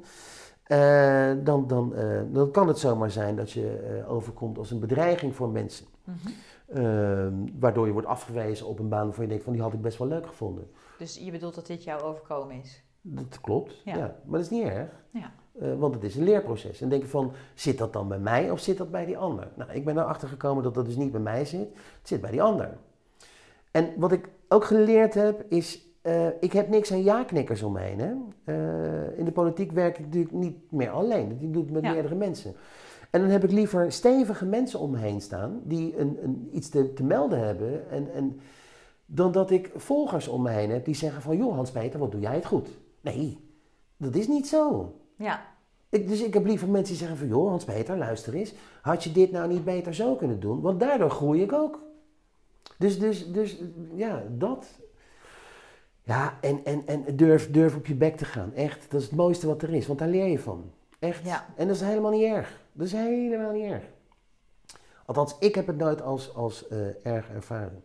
dan kan het zomaar zijn dat je overkomt als een bedreiging voor mensen. Waardoor je wordt afgewezen op een baan waarvan je denkt van die had ik best wel leuk gevonden. Dus je bedoelt dat dit jou overkomen is? Dat klopt, ja. Maar dat is niet erg. Ja. Want het is een leerproces. En dan denk je van, zit dat dan bij mij of zit dat bij die ander? Nou, ik ben erachter gekomen dat dat dus niet bij mij zit. Het zit bij die ander. En wat ik ook geleerd heb is, ik heb niks aan ja-knikkers om me heen. Hè? In de politiek werk ik natuurlijk niet meer alleen. Dat doe ik met meerdere mensen. En dan heb ik liever stevige mensen om me heen staan die iets te melden hebben. En dan dat ik volgers om me heen heb die zeggen van, joh Hans-Peter, wat doe jij het goed? Nee, dat is niet zo. Ja. Dus ik heb liever mensen die zeggen van, joh Hans-Peter, luister eens. Had je dit nou niet beter zo kunnen doen? Want daardoor groei ik ook. Dus ja, dat. Ja, en durf op je bek te gaan. Echt, dat is het mooiste wat er is. Want daar leer je van. Echt. Ja. En dat is helemaal niet erg. Dat is helemaal niet erg. Althans, ik heb het nooit als erg ervaren.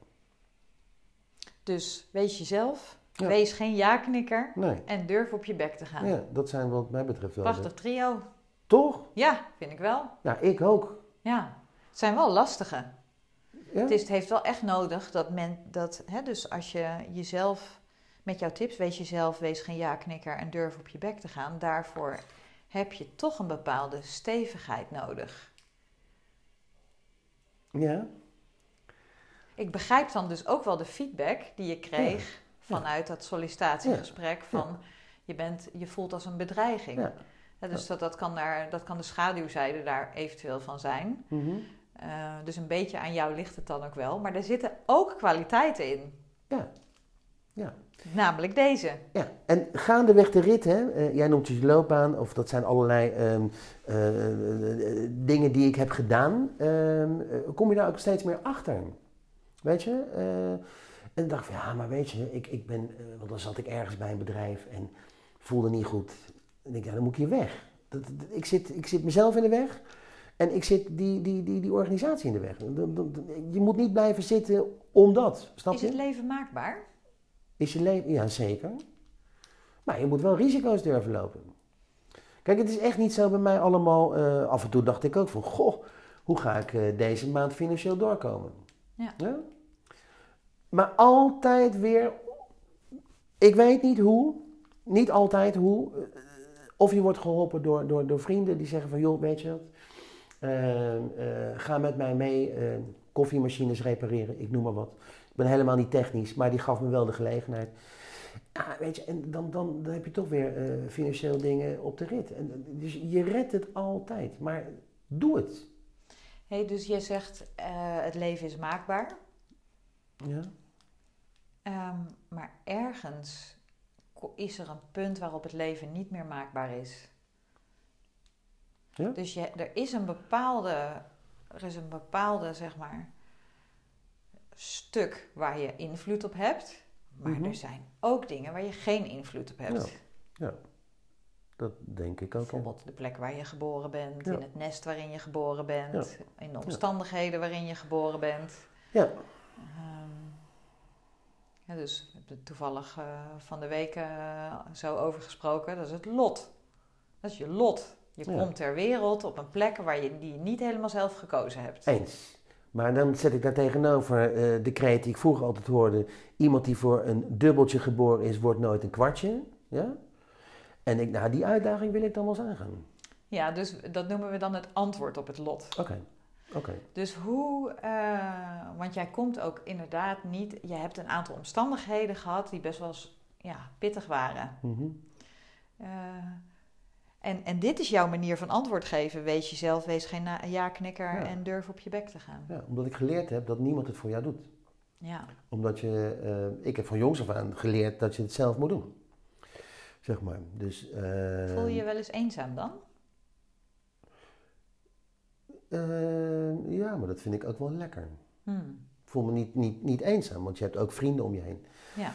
Dus wees jezelf. Ja. Wees geen ja-knikker. Nee. En durf op je bek te gaan. Ja, dat zijn wat mij betreft wel. Prachtig trio. Toch? Ja, vind ik wel. Ja, ik ook. Ja, het zijn wel lastige. Ja? Het heeft wel echt nodig dus als je jezelf, met jouw tips, wees jezelf, wees geen ja-knikker en durf op je bek te gaan. Daarvoor heb je toch een bepaalde stevigheid nodig. Ja. Ik begrijp dan dus ook wel de feedback die je kreeg vanuit dat sollicitatiegesprek van je voelt als een bedreiging. Ja. Dus dat kan de schaduwzijde daar eventueel van zijn. Mm-hmm. Dus een beetje aan jou ligt het dan ook wel. Maar er zitten ook kwaliteiten in. Ja. Namelijk deze. Ja, en gaandeweg de rit, hè, jij noemt je loopbaan, of dat zijn allerlei dingen die ik heb gedaan, kom je daar ook steeds meer achter. Weet je? En dan dacht ik van, ja, maar weet je, ik ben, want dan zat ik ergens bij een bedrijf en voelde niet goed. En ik dacht, dan moet ik hier weg. Ik zit mezelf in de weg. En ik zit die organisatie in de weg. Je moet niet blijven zitten omdat. Snap je? Is het leven maakbaar? Is je leven? Ja, zeker. Maar je moet wel risico's durven lopen. Kijk, het is echt niet zo bij mij allemaal. Af en toe dacht ik ook van, goh, hoe ga ik deze maand financieel doorkomen? Ja? Maar altijd weer, ik weet niet hoe, niet altijd hoe. Of je wordt geholpen door vrienden die zeggen van, joh, weet je wat? Ga met mij mee koffiemachines repareren, ik noem maar wat. Ik ben helemaal niet technisch, maar die gaf me wel de gelegenheid. Ja, weet je, en dan heb je toch weer financieel dingen op de rit. Dus je redt het altijd. Maar doe het. Hey, dus je zegt, het leven is maakbaar. Ja. Maar ergens is er een punt waarop het leven niet meer maakbaar is. Ja? Dus er is een bepaalde, zeg maar, stuk waar je invloed op hebt. Maar er zijn ook dingen waar je geen invloed op hebt. Ja. Dat denk ik ook. Bijvoorbeeld de plek waar je geboren bent, in het nest waarin je geboren bent, in de omstandigheden waarin je geboren bent. Ja. Dus we hebben er toevallig van de week zo over gesproken. Dat is het lot. Dat is je lot. Je komt ter wereld op een plek die je niet helemaal zelf gekozen hebt. Eens. Maar dan zet ik daar tegenover de kreet die ik vroeger altijd hoorde. Iemand die voor een dubbeltje geboren is, wordt nooit een kwartje. Ja? En die uitdaging wil ik dan wel eens aangaan. Ja, dus dat noemen we dan het antwoord op het lot. Oké. Dus want jij komt ook inderdaad niet... Je hebt een aantal omstandigheden gehad die best wel eens pittig waren. Mm-hmm. En dit is jouw manier van antwoord geven. Wees jezelf, wees geen ja-knikker en durf op je bek te gaan. Ja, omdat ik geleerd heb dat niemand het voor jou doet. Ja. Omdat ik heb van jongs af aan geleerd dat je het zelf moet doen. Zeg maar. Dus, voel je je wel eens eenzaam dan? Ja, maar dat vind ik ook wel lekker. Ik voel me niet eenzaam, want je hebt ook vrienden om je heen. Ja.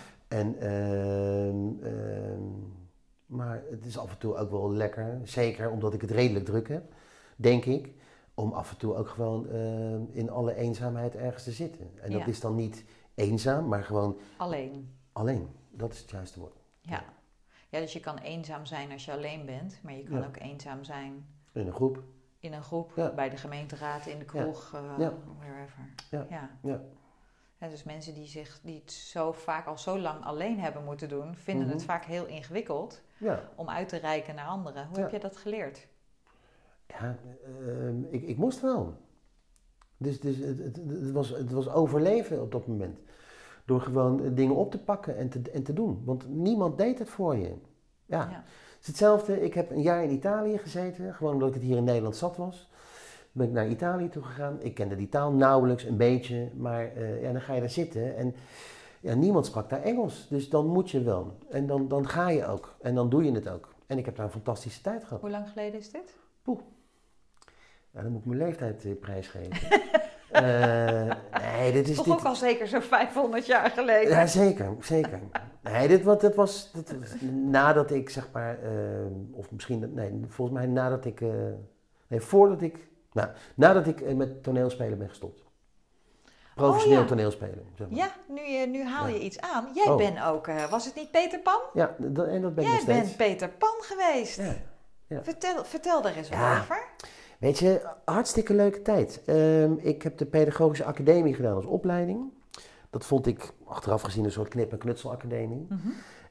Maar het is af en toe ook wel lekker, zeker omdat ik het redelijk druk heb, denk ik, om af en toe ook gewoon in alle eenzaamheid ergens te zitten. En dat is dan niet eenzaam, maar gewoon... Alleen, dat is het juiste woord. Ja. Ja, dus je kan eenzaam zijn als je alleen bent, maar je kan ook eenzaam zijn... In een groep. Bij de gemeenteraad, in de kroeg, wherever. Ja, dus mensen die het zo vaak al zo lang alleen hebben moeten doen, vinden het vaak heel ingewikkeld om uit te reiken naar anderen. Hoe heb je dat geleerd? Ja, ik moest wel. Dus het was overleven op dat moment. Door gewoon dingen op te pakken en te doen. Want niemand deed het voor je. Ja. Het is hetzelfde. Ik heb een jaar in Italië gezeten. Gewoon omdat ik het hier in Nederland zat was. Ben ik naar Italië toe gegaan. Ik kende die taal nauwelijks, een beetje. Maar dan ga je daar zitten. En niemand sprak daar Engels. Dus dan moet je wel. En dan ga je ook. En dan doe je het ook. En ik heb daar een fantastische tijd gehad. Hoe lang geleden is dit? Ja, dan moet ik mijn leeftijd prijsgeven. Dit is toch ook al zeker zo'n 500 jaar geleden. Ja, zeker. Nee, dat was nadat ik zeg maar, of misschien, volgens mij nadat ik met toneelspelen ben gestopt. Professioneel toneelspelen. Zeg maar. Ja, nu haal je iets aan. Jij bent ook, was het niet Peter Pan? Ja, en dat ben ik nog steeds. Jij bent Peter Pan geweest. Ja. Vertel daar eens wat over. Weet je, hartstikke leuke tijd. Ik heb de Pedagogische Academie gedaan als opleiding. Dat vond ik achteraf gezien een soort knip- en knutselacademie. Mm-hmm.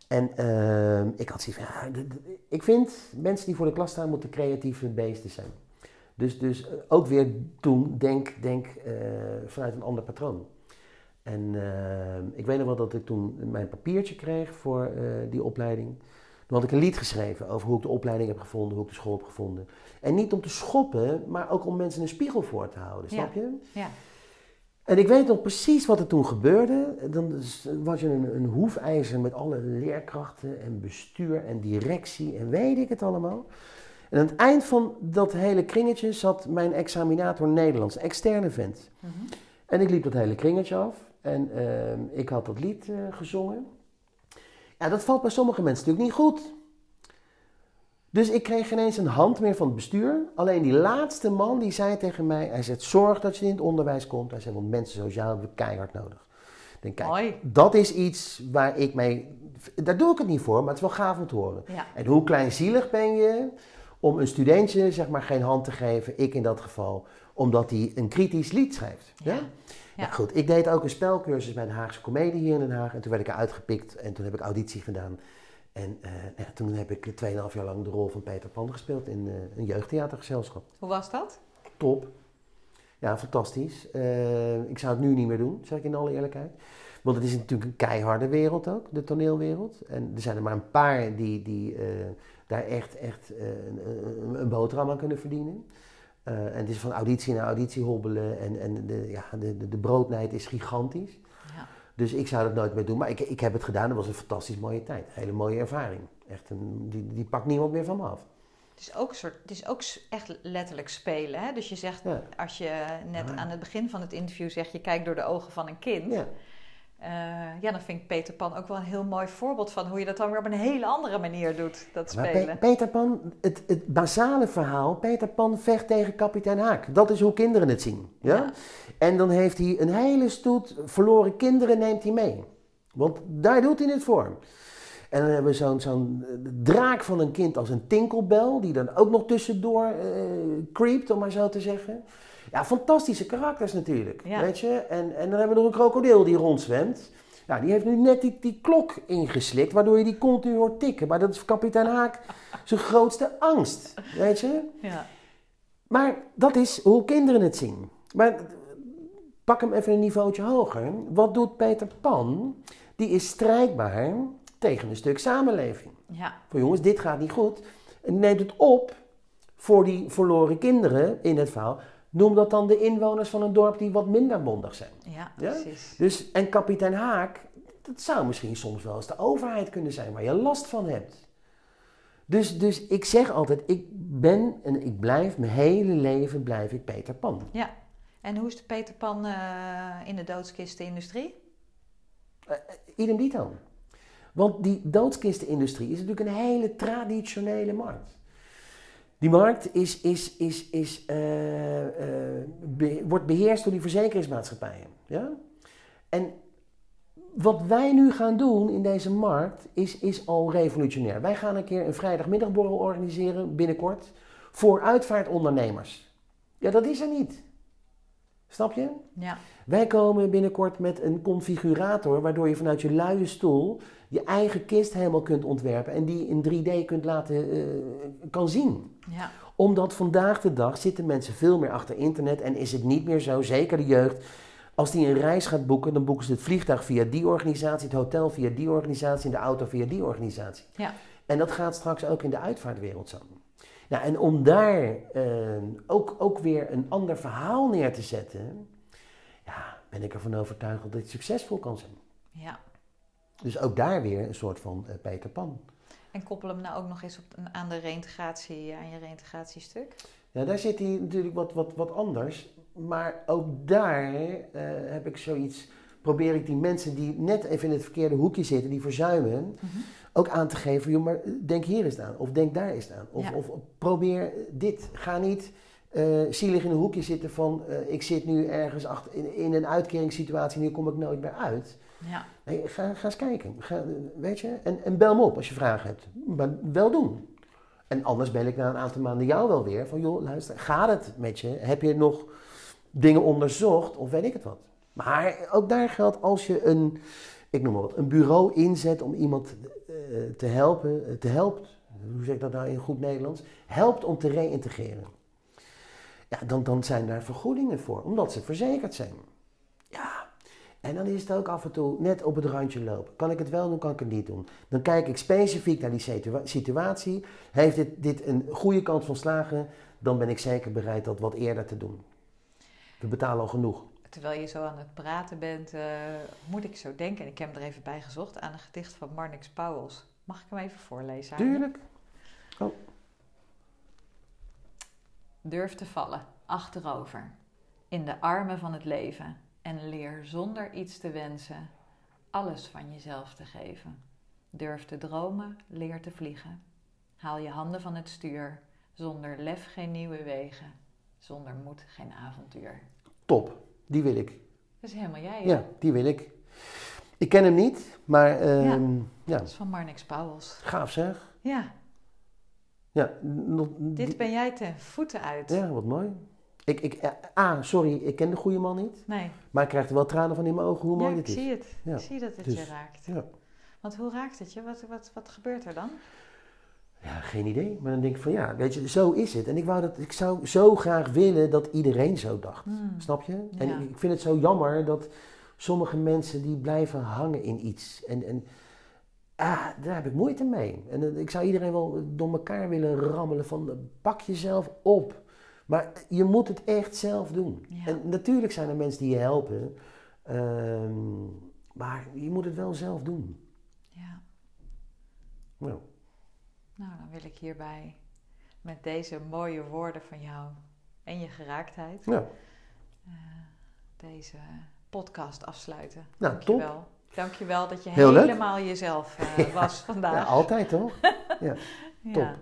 En ik had zoiets van, ik vind mensen die voor de klas staan moeten creatieve beesten zijn. Dus ook weer toen denk vanuit een ander patroon. En ik weet nog wel dat ik toen mijn papiertje kreeg voor die opleiding. Toen had ik een lied geschreven over hoe ik de opleiding heb gevonden, hoe ik de school heb gevonden. En niet om te schoppen, maar ook om mensen een spiegel voor te houden, snap je? Ja. En ik weet nog precies wat er toen gebeurde. Dan was je een hoefijzer met alle leerkrachten en bestuur en directie en weet ik het allemaal. En aan het eind van dat hele kringetje zat mijn examinator Nederlands, externe vent. Mm-hmm. En ik liep dat hele kringetje af en ik had dat lied gezongen. Ja, dat valt bij sommige mensen natuurlijk niet goed. Dus ik kreeg ineens een hand meer van het bestuur. Alleen die laatste man die zei tegen mij, hij zegt, zorg dat je in het onderwijs komt. Hij zei, want mensen zoals jou hebben we keihard nodig. Ik denk, kijk, Mooi. Dat is iets waar ik mee, daar doe ik het niet voor, maar het is wel gaaf om te horen. Ja. En hoe kleinzielig ben je om een studentje zeg maar geen hand te geven, ik in dat geval, omdat hij een kritisch lied schrijft. Ja? Ja. Nou goed, ik deed ook een spelcursus bij de Haagse Comedie hier in Den Haag en toen werd ik eruit gepikt en toen heb ik auditie gedaan. En toen heb ik 2,5 jaar lang de rol van Peter Pan gespeeld in een jeugdtheatergezelschap. Hoe was dat? Top. Ja, fantastisch. Ik zou het nu niet meer doen, zeg ik in alle eerlijkheid. Want het is natuurlijk een keiharde wereld ook, de toneelwereld. En er zijn er maar een paar die daar echt een boterham aan kunnen verdienen. En het is van auditie naar auditie hobbelen en de broodnijd is gigantisch. Ja. Dus ik zou dat nooit meer doen. Maar ik heb het gedaan, dat was een fantastisch mooie tijd. Een hele mooie ervaring. Echt die pakt niemand meer van me af. Het is ook echt letterlijk spelen. Hè? Dus je zegt, als je net aan het begin van het interview zegt, je kijkt door de ogen van een kind. Ja. Dan vind ik Peter Pan ook wel een heel mooi voorbeeld van hoe je dat dan weer op een hele andere manier doet, dat spelen. Maar Peter Pan, het basale verhaal, Peter Pan vecht tegen kapitein Haak. Dat is hoe kinderen het zien. Ja? En dan heeft hij een hele stoet verloren kinderen neemt hij mee. Want daar doet hij het voor. En dan hebben we zo'n draak van een kind als een Tinkelbell, die dan ook nog tussendoor creept, om maar zo te zeggen. Ja, fantastische karakters natuurlijk, weet je. En dan hebben we nog een krokodil die rondzwemt. Ja, die heeft nu net die klok ingeslikt, waardoor je die continu hoort tikken. Maar dat is voor kapitein Haak zijn grootste angst, weet je. Ja. Maar dat is hoe kinderen het zien. Maar pak hem even een niveautje hoger. Wat doet Peter Pan? Die is strijdbaar tegen een stuk samenleving. Ja. Van jongens, dit gaat niet goed. En neemt het op voor die verloren kinderen in het verhaal. Noem dat dan de inwoners van een dorp die wat minder mondig zijn. Ja, precies. Dus, en kapitein Haak, dat zou misschien soms wel eens de overheid kunnen zijn waar je last van hebt. Dus ik zeg altijd, ik ben en ik blijf, mijn hele leven blijf ik Peter Pan. Ja, en hoe is de Peter Pan in de doodskistenindustrie? Idem dito. Want die doodskistenindustrie is natuurlijk een hele traditionele markt. Die markt wordt beheerst door die verzekeringsmaatschappijen. Ja? En wat wij nu gaan doen in deze markt is al revolutionair. Wij gaan een keer een vrijdagmiddagborrel organiseren binnenkort voor uitvaartondernemers. Ja, dat is er niet. Snap je? Ja. Wij komen binnenkort met een configurator waardoor je vanuit je luie stoel je eigen kist helemaal kunt ontwerpen en die in 3D kan zien. Ja. Omdat vandaag de dag zitten mensen veel meer achter internet en is het niet meer zo, zeker de jeugd, als die een reis gaat boeken, dan boeken ze het vliegtuig via die organisatie, het hotel via die organisatie en de auto via die organisatie. Ja. En dat gaat straks ook in de uitvaartwereld zo. Nou, en om daar ook weer een ander verhaal neer te zetten, ja, ben ik ervan overtuigd dat het succesvol kan zijn. Ja. Dus ook daar weer een soort van Peter Pan. En koppel hem nou ook nog eens aan de reïntegratie, aan je reïntegratiestuk? Ja, daar zit hij natuurlijk wat anders. Maar ook daar heb ik zoiets, probeer ik die mensen die net even in het verkeerde hoekje zitten, die verzuimen, ook aan te geven, joh, maar denk hier eens aan, of denk daar eens aan. Of probeer dit. Ga niet zielig in een hoekje zitten van, ik zit nu ergens in een uitkeringssituatie, nu kom ik nooit meer uit. Ja. Nee, ga eens kijken. Weet je? En bel me op als je vragen hebt. Maar wel doen. En anders bel ik na een aantal maanden jou wel weer. Van joh, luister, gaat het met je? Heb je nog dingen onderzocht? Of weet ik het wat? Maar ook daar geldt als je een bureau inzet om iemand te helpen. Hoe zeg ik dat nou in goed Nederlands? Helpt om te reïntegreren. Ja, dan zijn daar vergoedingen voor. Omdat ze verzekerd zijn. Ja. En dan is het ook af en toe net op het randje lopen. Kan ik het wel doen, kan ik het niet doen? Dan kijk ik specifiek naar die situatie. Heeft dit een goede kans van slagen? Dan ben ik zeker bereid dat wat eerder te doen. We betalen al genoeg. Terwijl je zo aan het praten bent, moet ik zo denken, en ik heb hem er even bij gezocht, aan een gedicht van Marnix Pauwels. Mag ik hem even voorlezen? Tuurlijk. Oh. Durf te vallen, achterover, in de armen van het leven. En leer zonder iets te wensen, alles van jezelf te geven. Durf te dromen, leer te vliegen. Haal je handen van het stuur, zonder lef geen nieuwe wegen. Zonder moed geen avontuur. Top, die wil ik. Dat is helemaal jij, hè? Ja, die wil ik. Ik ken hem niet, maar... ja, dat is van Marnix Pauwels. Gaaf zeg. Ja. Ja. Dit ben jij ten voeten uit. Ja, wat mooi. Sorry, ik ken de goede man niet. Nee. Maar ik krijg er wel tranen van in mijn ogen hoe mooi dit is. Ik zie het. Ja. Ik zie dat het je raakt. Ja. Want hoe raakt het je? Wat gebeurt er dan? Ja, geen idee. Maar dan denk ik van ja, weet je, zo is het. En ik zou zo graag willen dat iedereen zo dacht. Snap je? Ja. En ik vind het zo jammer dat sommige mensen die blijven hangen in iets. En daar heb ik moeite mee. En ik zou iedereen wel door elkaar willen rammelen van pak jezelf op. Maar je moet het echt zelf doen. Ja. En natuurlijk zijn er mensen die je helpen. Maar je moet het wel zelf doen. Ja. Nou, Nou, dan wil ik hierbij met deze mooie woorden van jou en je geraaktheid ja. deze podcast afsluiten. Nou, Dankjewel. Dankjewel dat je Heel leuk. helemaal jezelf was vandaag. Ja, altijd toch? Ja, top. Ja.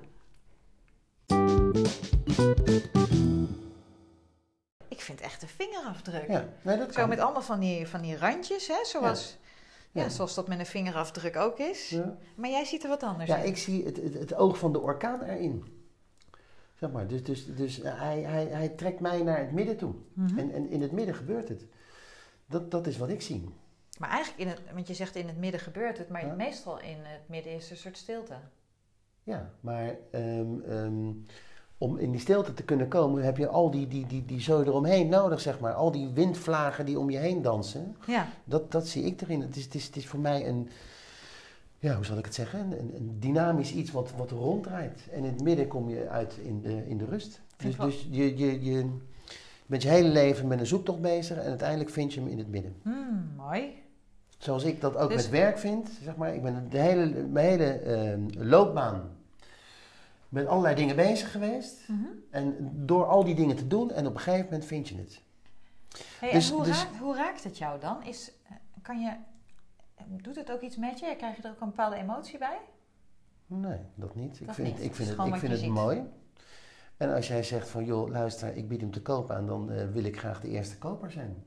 Ik vind echt een vingerafdruk. Ja, nee, dat Zo kan. met allemaal van die randjes, hè? Zoals, Ja. zoals dat met een vingerafdruk ook is. Ja. Maar jij ziet er wat anders Ja, in. ik zie het oog van de orkaan erin. Zeg maar, dus hij trekt mij naar het midden toe. Mhm. En in het midden gebeurt het. Dat is wat ik zie. Maar eigenlijk, want je zegt in het midden gebeurt het, maar Ja. meestal in het midden is er een soort stilte. Ja, maar om in die stilte te kunnen komen heb je al die zooi eromheen nodig, zeg maar. Al die windvlagen die om je heen dansen. Ja. Dat zie ik erin. Het is voor mij een, ja, hoe zal ik het zeggen? Een dynamisch iets wat ronddraait. En in het midden kom je uit in de rust. Vind Dus je bent je hele leven met een zoektocht bezig en uiteindelijk vind je hem in het midden. Mooi. Zoals ik dat ook Dus- met werk vind, zeg maar. Ik ben mijn hele loopbaan met allerlei dingen bezig geweest. En door al die dingen te doen en op een gegeven moment vind je het. Hey, Dus- en dus- hoe raakt het jou dan? Doet het ook iets met je? Krijg je er ook een bepaalde emotie bij? Nee, dat niet. Dat niet. Het is gewoon Ik wat vind je het ziet. mooi. En als jij zegt van, joh, luister, ik bied hem te koop aan, dan wil ik graag de eerste koper zijn.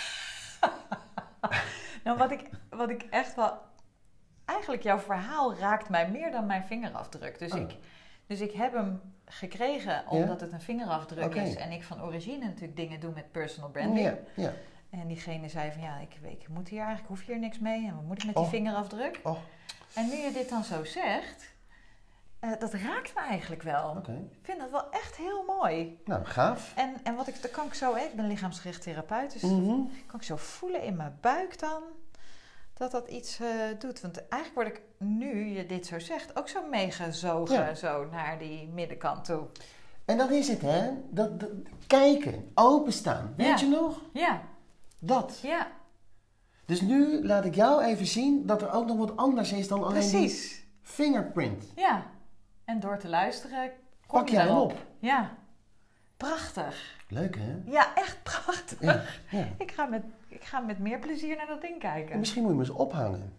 Nou, wat ik echt wel... Eigenlijk jouw verhaal raakt mij meer dan mijn vingerafdruk. Dus ik heb hem gekregen omdat het een vingerafdruk is. En ik van origine natuurlijk dingen doe met personal branding. Ja, ja. En diegene zei van, ja, ik moet hier eigenlijk, hoef hier niks mee. En wat moet ik met die Oh. vingerafdruk? Oh, En nu je dit dan zo zegt, dat raakt me eigenlijk wel. oké. Ik vind dat wel echt heel mooi. Nou, gaaf. En dat kan ik zo, ik ben lichaamsgericht therapeut, dus Mhm. kan ik zo voelen in mijn buik dan, dat iets doet. Want eigenlijk word ik, nu je dit zo zegt, ook zo meegezogen zo naar die middenkant toe. En dat is het, hè? Kijken, openstaan. Weet je nog? Ja, Dat. ja, Dus nu laat ik jou even zien dat er ook nog wat anders is dan alleen precies. die fingerprint. Ja, en door te luisteren kom Pak je jij hem erop. op. Ja, prachtig. Leuk, hè? Ja, echt prachtig. Ja, ja. Ik ga met meer plezier naar dat ding En kijken. misschien moet je hem eens ophangen.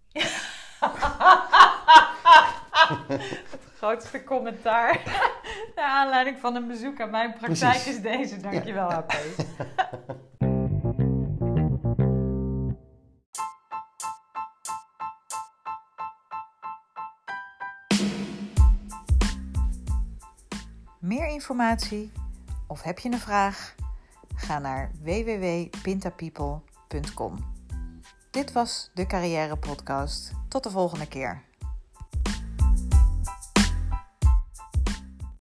Het grootste commentaar naar aanleiding van een bezoek aan mijn praktijk Precies. is deze. Dankjewel, Ja. HP. Meer informatie of heb je een vraag? Ga naar www.pintapeople.com. Dit was de Carrière Podcast. Tot de volgende keer.